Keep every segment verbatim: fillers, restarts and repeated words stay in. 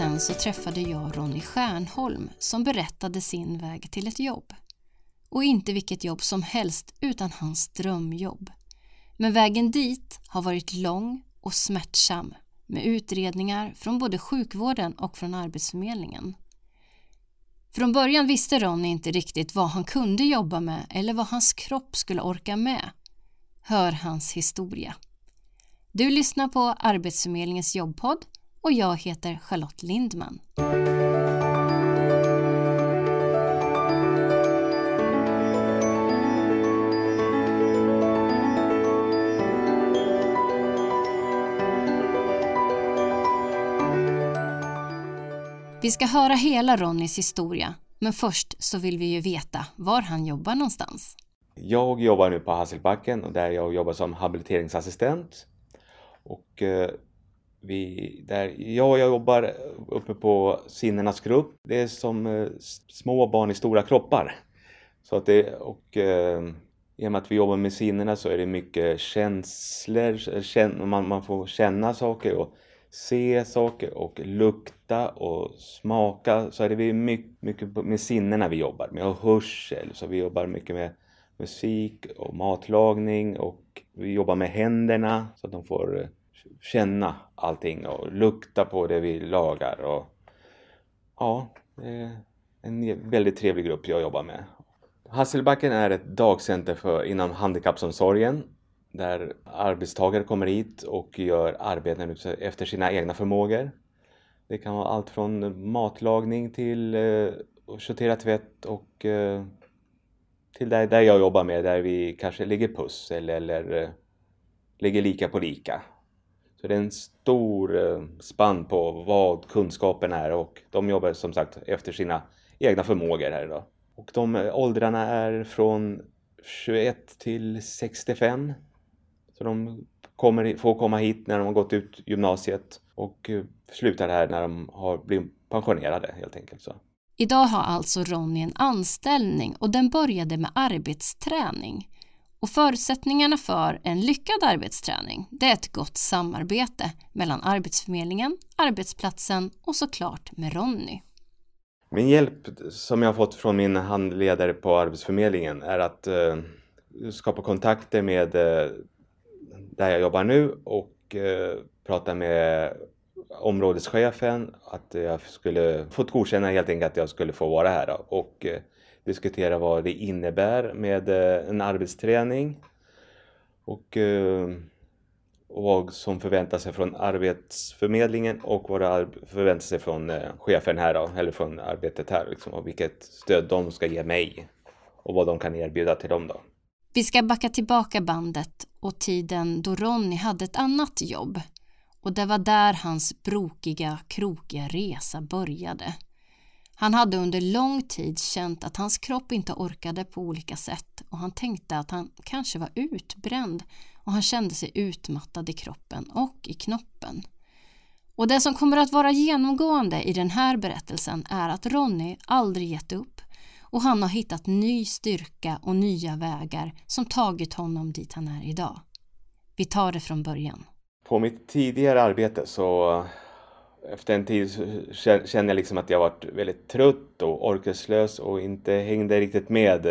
sen så träffade jag Ronny Stjärnholm som berättade sin väg till ett jobb. Och inte vilket jobb som helst utan hans drömjobb. Men vägen dit har varit lång och smärtsam med utredningar från både sjukvården och från Arbetsförmedlingen. Från början visste Ronny inte riktigt vad han kunde jobba med eller vad hans kropp skulle orka med. Hör hans historia. Du lyssnar på Arbetsförmedlingens jobbpodd och jag heter Charlotte Lindman. Vi ska höra hela Ronnys historia, men först så vill vi ju veta var han jobbar någonstans. Jag jobbar nu på Hasselbacken och där jag jobbar som habiliteringsassistent. Och eh, vi, där jag, jag jobbar uppe på sinnenas grupp. Det är som eh, små barn i stora kroppar. Så att det, och eh, i och med att vi jobbar med sinnena så är det mycket känslor. Känn, man, man får känna saker och se saker och lukta och smaka. Så är det mycket, mycket med sinnena vi jobbar med. Och hörsel. Så vi jobbar mycket med musik och matlagning. Och vi jobbar med händerna så att de får känna allting. Och lukta på det vi lagar. Och ja, det är en väldigt trevlig grupp jag jobbar med. Hasselbacken är ett dagcenter för, inom handikappomsorgen. Där arbetstagare kommer hit och gör arbeten efter sina egna förmågor. Det kan vara allt från matlagning till eh, att sortera tvätt och eh, till där, där jag jobbar med. Där vi kanske ligger pussel eller eh, ligger lika på lika. Så det är en stor eh, spann på vad kunskapen är. Och de jobbar som sagt efter sina egna förmågor här idag. Och de eh, åldrarna är från tjugoett till sextiofem. Så de kommer, får komma hit när de har gått ut gymnasiet och slutar här när de har blivit pensionerade helt enkelt. Så. Idag har alltså Ronny en anställning och den började med arbetsträning. Och förutsättningarna för en lyckad arbetsträning det är ett gott samarbete mellan Arbetsförmedlingen, arbetsplatsen och såklart med Ronny. Min hjälp som jag har fått från min handledare på Arbetsförmedlingen är att eh, skapa kontakter med eh, där jag jobbar nu och eh, prata med områdeschefen att jag skulle fått godkänna helt enkelt att jag skulle få vara här då, och eh, diskutera vad det innebär med eh, en arbetsträning och, eh, och vad som förväntar sig från Arbetsförmedlingen och vad det förväntar sig från eh, chefen här då, eller från arbetet här liksom, och vilket stöd de ska ge mig och vad de kan erbjuda till dem då. Vi ska backa tillbaka bandet och tiden då Ronny hade ett annat jobb. Och det var där hans brokiga, krokiga resa började. Han hade under lång tid känt att hans kropp inte orkade på olika sätt. Och han tänkte att han kanske var utbränd. Och han kände sig utmattad i kroppen och i knoppen. Och det som kommer att vara genomgående i den här berättelsen är att Ronny aldrig gett upp. Och han har hittat ny styrka och nya vägar som tagit honom dit han är idag. Vi tar det från början. På mitt tidigare arbete så efter en tid så kände jag liksom att jag varit väldigt trött och orkeslös och inte hängde riktigt med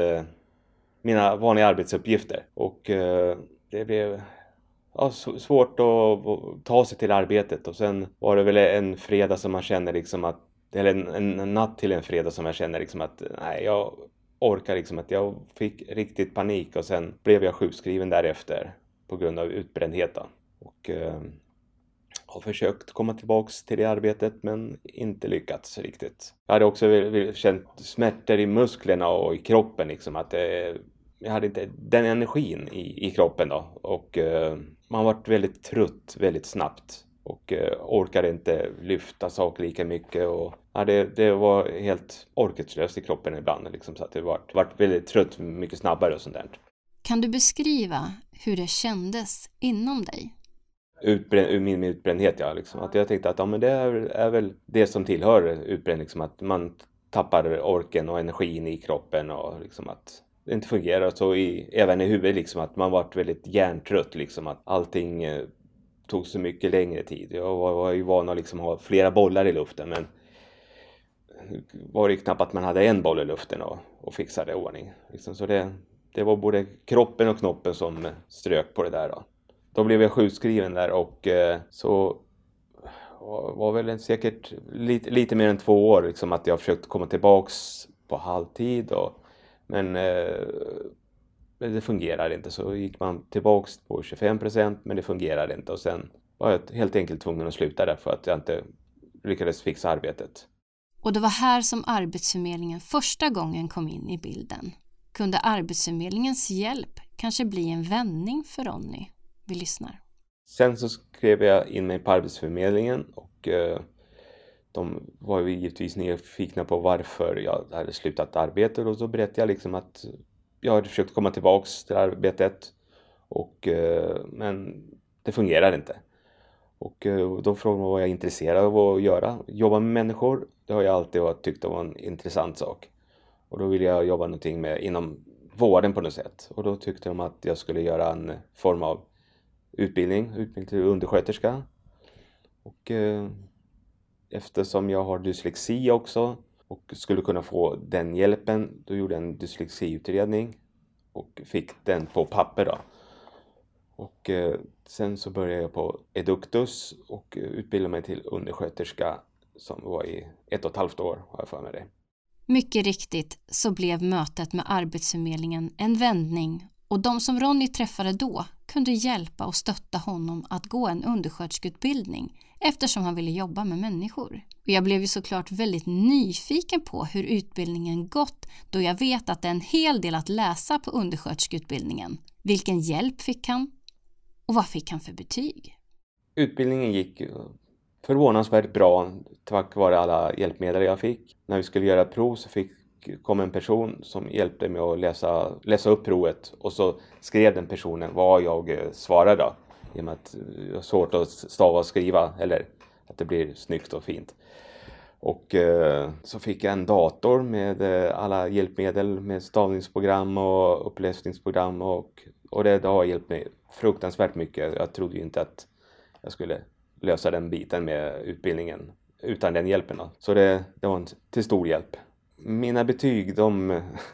mina vanliga arbetsuppgifter. Och det blev ja, svårt att ta sig till arbetet. Och sen var det väl en fredag som man kände liksom att eller en, en natt till en fredag som jag kände liksom att nej, jag orkar liksom att jag fick riktigt panik och sen blev jag sjukskriven därefter på grund av utbrändhet då. Och eh, har försökt komma tillbaks till det arbetet men inte lyckats riktigt. Jag hade också känt smärtor i musklerna och i kroppen liksom att eh, jag hade inte den energin i, i kroppen då och eh, man varit väldigt trött väldigt snabbt. Och eh, orkade inte lyfta saker lika mycket. Och, ja, det, det var helt orkeslöst i kroppen ibland. Liksom, så att det var, var väldigt trött mycket snabbare och sånt där. Kan du beskriva hur det kändes inom dig? Utbrän, min utbrändhet, ja. Liksom. Att jag tänkte att ja, men det är, är väl det som tillhör utbrändning. Liksom, att man tappar orken och energin i kroppen. Och liksom, att det inte fungerar så i, även i huvudet. Liksom, att man varit väldigt hjärntrött. Liksom, att allting... tog så mycket längre tid. Jag var, var ju van att liksom ha flera bollar i luften, men var det knappt att man hade en boll i luften och, och fixade i ordning. Liksom, så det, det var både kroppen och knoppen som strök på det där. Då, då blev jag sjukskriven där och eh, så var väl säkert lite, lite mer än två år liksom, att jag försökt komma tillbaks på halvtid. Och, men eh, det fungerade inte, så gick man tillbaks på tjugofem procent, men det fungerade inte. Och sen var jag helt enkelt tvungen att sluta där för att jag inte lyckades fixa arbetet. Och det var här som Arbetsförmedlingen första gången kom in i bilden. Kunde Arbetsförmedlingens hjälp kanske bli en vändning för Ronny? Vi lyssnar. Sen så skrev jag in mig på Arbetsförmedlingen och eh, de var ju givetvis nyfikna på varför jag hade slutat arbete. Och så berättade jag liksom att jag hade försökt komma tillbaks till arbetet, och, eh, men det fungerade inte. Och eh, de frågade vad jag är intresserad av att göra. Jobba med människor, det har jag alltid tyckt var en intressant sak. Och då ville jag jobba någonting med inom vården på något sätt. Och då tyckte de att jag skulle göra en form av utbildning, utbildning till undersköterska. Och eh, eftersom jag har dyslexi också och skulle kunna få den hjälpen, då gjorde jag en dyslexiutredning och fick den på papper då. Och eh, sen så började jag på Eductus och utbildade mig till undersköterska som var i ett och ett halvt år, har jag för mig det. Mycket riktigt så blev mötet med Arbetsförmedlingen en vändning, och de som Ronny träffade då kunde hjälpa och stötta honom att gå en undersköterskeutbildning eftersom han ville jobba med människor. Och jag blev ju såklart väldigt nyfiken på hur utbildningen gått, då jag vet att det är en hel del att läsa på undersköterskeutbildningen. Vilken hjälp fick han? Och vad fick han för betyg? Utbildningen gick förvånansvärt bra tack vare alla hjälpmedel jag fick. När vi skulle göra prov så fick, kom en person som hjälpte mig att läsa, läsa upp provet, och så skrev den personen vad jag svarade då. I och med att det är svårt att stava och skriva, eller att det blir snyggt och fint. Och eh, så fick jag en dator med eh, alla hjälpmedel med stavningsprogram och uppläsningsprogram, och, och det, det har hjälpt mig fruktansvärt mycket. Jag trodde ju inte att jag skulle lösa den biten med utbildningen utan den hjälpen då. Så det, det var en till stor hjälp. Mina betyg, de,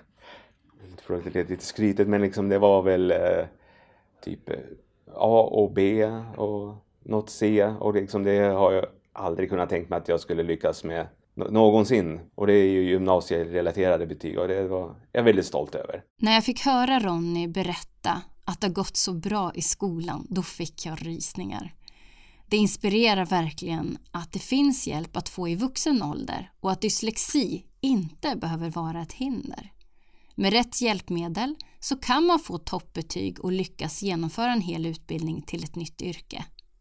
jag tror att det är lite skrytet, men liksom det var väl eh, typ A och B och något C, och liksom det har jag aldrig kunnat tänka mig att jag skulle lyckas med någonsin. Och det är ju gymnasierelaterade betyg, och det var jag väldigt stolt över. När jag fick höra Ronny berätta att det gått så bra i skolan, då fick jag rysningar. Det inspirerar verkligen att det finns hjälp att få i vuxen ålder och att dyslexi inte behöver vara ett hinder. Med rätt hjälpmedel så kan man få toppbetyg och lyckas genomföra en hel utbildning till ett nytt yrke.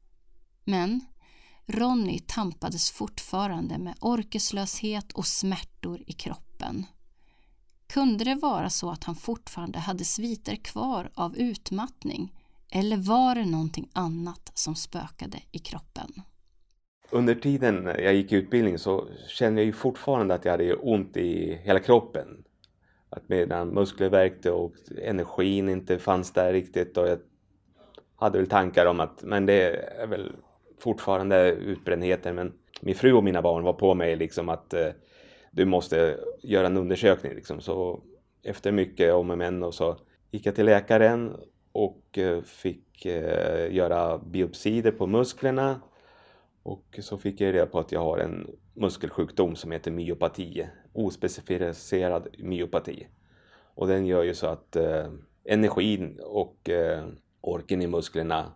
Men Ronny tampades fortfarande med orkeslöshet och smärtor i kroppen. Kunde det vara så att han fortfarande hade sviter kvar av utmattning, eller var det någonting annat som spökade i kroppen? Under tiden jag gick i utbildning så kände jag ju fortfarande att jag hade ont i hela kroppen. Att medan muskler värkte och energin inte fanns där riktigt, och jag hade väl tankar om att men det är väl fortfarande utbrändheten. Men min fru och mina barn var på mig liksom att eh, du måste göra en undersökning liksom. Så efter mycket om och men och så gick jag till läkaren och eh, fick eh, göra biopsier på musklerna. Och så fick jag reda på att jag har en muskelsjukdom som heter myopati, ospecificerad myopati. Och den gör ju så att eh, energin och eh, orken i musklerna,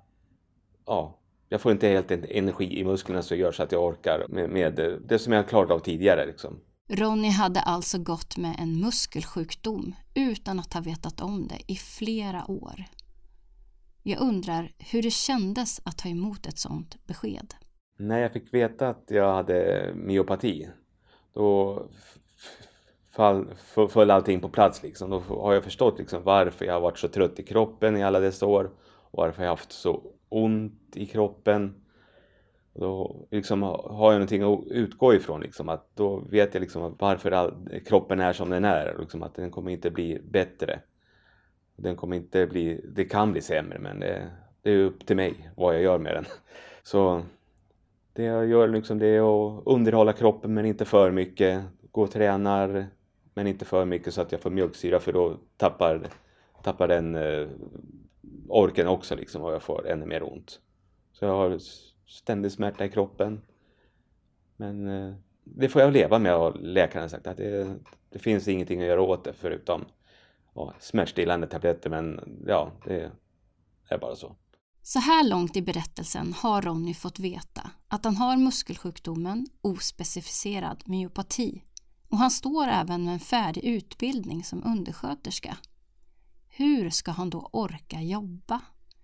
ja, jag får inte helt energi i musklerna så gör så att jag orkar med, med det som jag klarat av tidigare liksom. Ronny hade alltså gått med en muskelsjukdom utan att ha vetat om det i flera år. Jag undrar hur det kändes att ta emot ett sådant besked. När jag fick veta att jag hade myopati, då fall, föll allting på plats liksom. Då har jag förstått liksom varför jag har varit så trött i kroppen i alla dessa år, och varför jag har haft så ont i kroppen. Då liksom har jag någonting att utgå ifrån liksom, att då vet jag liksom varför all, kroppen är som den är liksom, att den kommer inte bli bättre. Den kommer inte bli, det kan bli sämre, men det, det är upp till mig vad jag gör med den. Så det jag gör liksom det är att underhålla kroppen men inte för mycket. Gå och tränar men inte för mycket så att jag får mjölksyra, för då tappar, tappar den eh, orken också liksom, och jag får ännu mer ont. Så jag har ständig smärta i kroppen. Men eh, det får jag leva med, och läkaren har sagt att det, det finns ingenting att göra åt det förutom ja, smärtstillande tabletter, men ja, det är bara så. Så här långt i berättelsen har Ronny fått veta att han har muskelsjukdomen ospecificerad myopati, och han står även med en färdig utbildning som undersköterska. Hur ska han då orka jobba?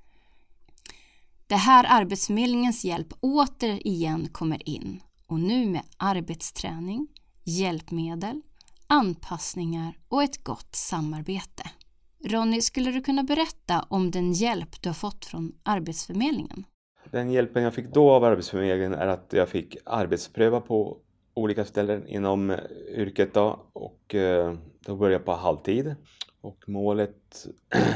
Det här Arbetsförmedlingens hjälp återigen kommer in, och nu med arbetsträning, hjälpmedel, anpassningar och ett gott samarbete. Ronny, skulle du kunna berätta om den hjälp du har fått från Arbetsförmedlingen? Den hjälpen jag fick då av Arbetsförmedlingen är att jag fick arbetspröva på olika ställen inom yrket då, och eh, då började jag på halvtid. Och målet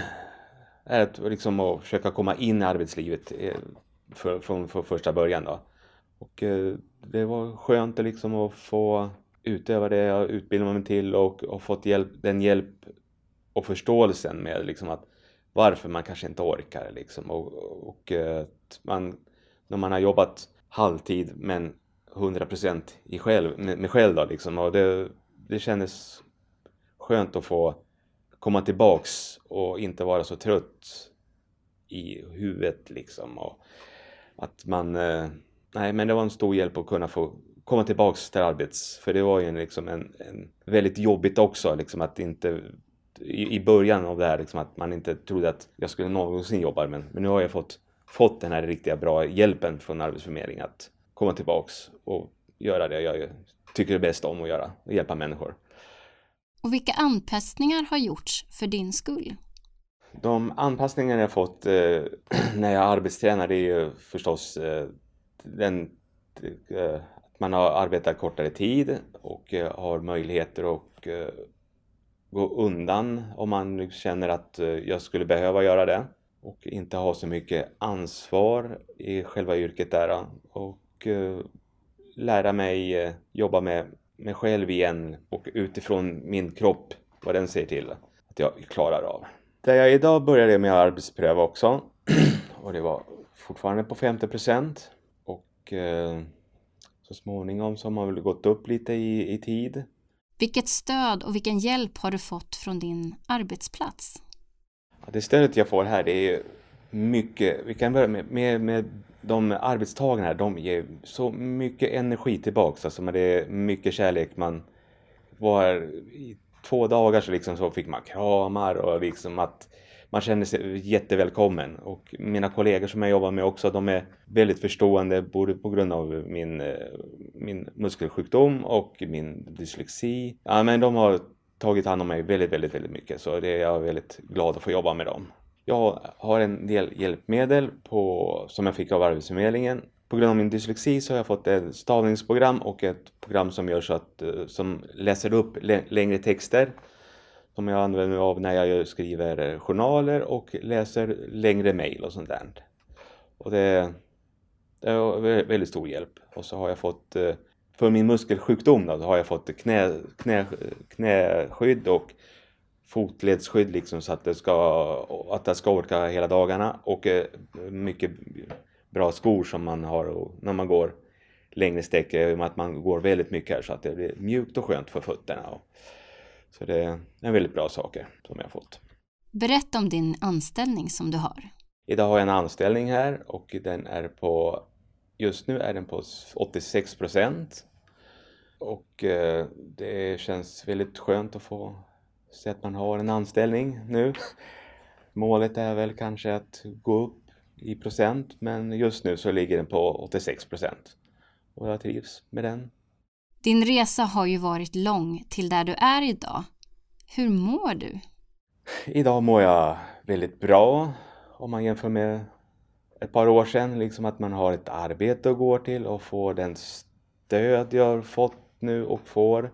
är att, liksom, att försöka komma in i arbetslivet för, från för första början då. Och eh, det var skönt att, liksom, att få utöva det jag utbildade mig till, och, och fått hjälp, den hjälp och förståelsen med liksom, att varför man kanske inte orkar. Liksom, och och eh, man, när man har jobbat halvtid men hundra procent i själv, med, med själv då, liksom, och det, det kändes skönt att få komma tillbaks och inte vara så trött i huvudet liksom, och att man eh, nej, men det var en stor hjälp att kunna få komma tillbaks till arbets, för det var ju liksom en, en väldigt jobbigt också liksom, att inte i, i början av det här liksom, att man inte trodde att jag skulle någonsin jobba, men, men nu har jag fått fått den här riktiga bra hjälpen från Arbetsförmedlingen att komma tillbaks och göra det jag tycker är bäst om att göra, och hjälpa människor. Och vilka anpassningar har gjorts för din skull? De anpassningar jag fått eh, när jag arbetstränar, det är ju förstås eh, den, eh, att man har arbetat kortare tid och eh, har möjligheter att eh, gå undan om man känner att eh, jag skulle behöva göra det. Och inte ha så mycket ansvar i själva yrket där. Och eh, lära mig eh, jobba med mig själv igen, och utifrån min kropp, vad den säger till att jag klarar av. Där jag idag började med att arbetspröva också. Och det var fortfarande på femtio procent. Och eh, så småningom så har man väl gått upp lite i, i tid. Vilket stöd och vilken hjälp har du fått från din arbetsplats? Det stödet jag får här, det är mycket, vi kan börja med, med, med de arbetstagarna här, de ger så mycket energi tillbaka, alltså det är mycket kärlek. Man var i två dagar så, liksom, så fick man kramar, och liksom att man känner sig jättevälkommen. Och mina kollegor som jag jobbar med också, de är väldigt förstående, både på grund av min, min muskelsjukdom och min dyslexi. Ja, men de har tagit hand om mig väldigt, väldigt, väldigt mycket. Så det är jag väldigt glad att få jobba med dem. Jag har en del hjälpmedel på, som jag fick av Arbetsförmedlingen. På grund av min dyslexi så har jag fått ett stavningsprogram och ett program som gör så att, som läser upp längre texter. Som jag använder mig av när jag skriver journaler och läser längre mejl och sånt där. Och det, det är väldigt stor hjälp. Och så har jag fått, för min muskelsjukdom då, har jag fått knä, knä, knäskydd och fotledsskydd liksom, så att det ska, att det ska orka hela dagarna. Och mycket bra skor som man har när man går längre sträckor, att man går väldigt mycket här, så att det blir mjukt och skönt för fötterna. Så det är en väldigt bra saker som jag har fått. Berätta om din anställning som du har. Idag har jag en anställning här, och den är på, just nu är den på åttiosex procent. Och eh, det känns väldigt skönt att få se att man har en anställning nu. Målet är väl kanske att gå upp i procent, men just nu så ligger den på åttiosex procent. Och jag trivs med den. Din resa har ju varit lång till där du är idag. Hur mår du? Idag mår jag väldigt bra om man jämför med ett par år sedan. Liksom att man har ett arbete att gå till och får den stöd jag har fått nu och får.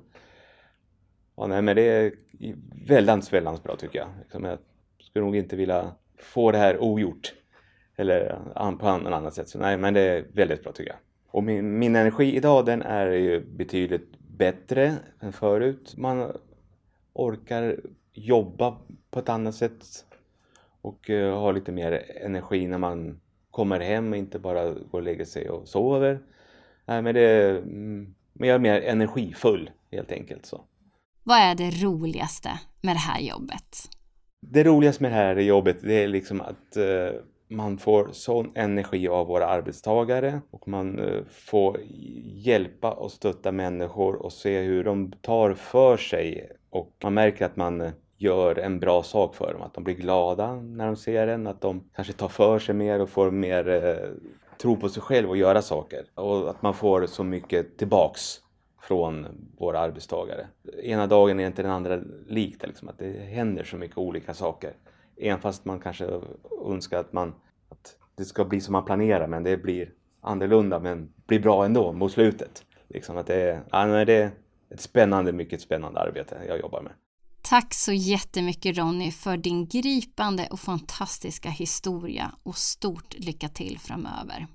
Ja, nej, men det är väldigt, väldigt bra tycker jag. Liksom jag skulle nog inte vilja få det här ogjort Eller på något annat sätt. Så nej, men det är väldigt bra tycker jag. Och min, min energi idag, den är ju betydligt bättre än förut. Man orkar jobba på ett annat sätt. Och uh, ha lite mer energi när man kommer hem och inte bara går och lägger sig och sover. Nej, men det är, mm, jag är mer energifull helt enkelt så. Vad är det roligaste med det här jobbet? Det roligaste med det här jobbet, det är liksom att uh, man får sån energi av våra arbetstagare. Och man uh, får hjälpa och stötta människor och se hur de tar för sig. Och man märker att man uh, gör en bra sak för dem. Att de blir glada när de ser en. Att de kanske tar för sig mer och får mer uh, tro på sig själv och göra saker. Och att man får så mycket tillbaks från våra arbetstagare. Ena dagen är inte den andra likt. Liksom, att det händer så mycket olika saker. Även fast man kanske önskar att, man, att det ska bli som man planerar. Men det blir annorlunda men blir bra ändå mot slutet. Liksom att det, är, ja, det är ett spännande, mycket spännande arbete jag jobbar med. Tack så jättemycket Ronny för din gripande och fantastiska historia och stort lycka till framöver.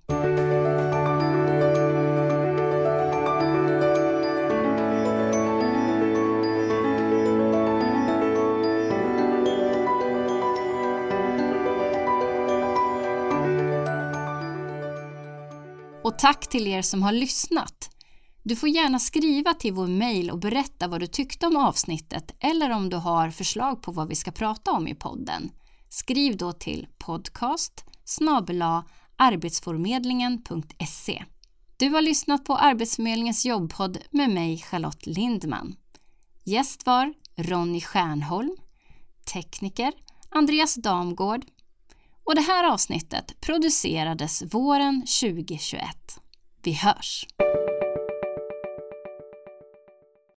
Och tack till er som har lyssnat. Du får gärna skriva till vår mejl och berätta vad du tyckte om avsnittet eller om du har förslag på vad vi ska prata om i podden. Skriv då till podcast snabel-a arbetsförmedlingen punkt se. Du har lyssnat på Arbetsförmedlingens jobbpodd med mig Charlotte Lindman. Gäst var Ronny Stjärnholm, tekniker Andreas Damgård. Och det här avsnittet producerades våren tjugohundratjugoett. Vi hörs!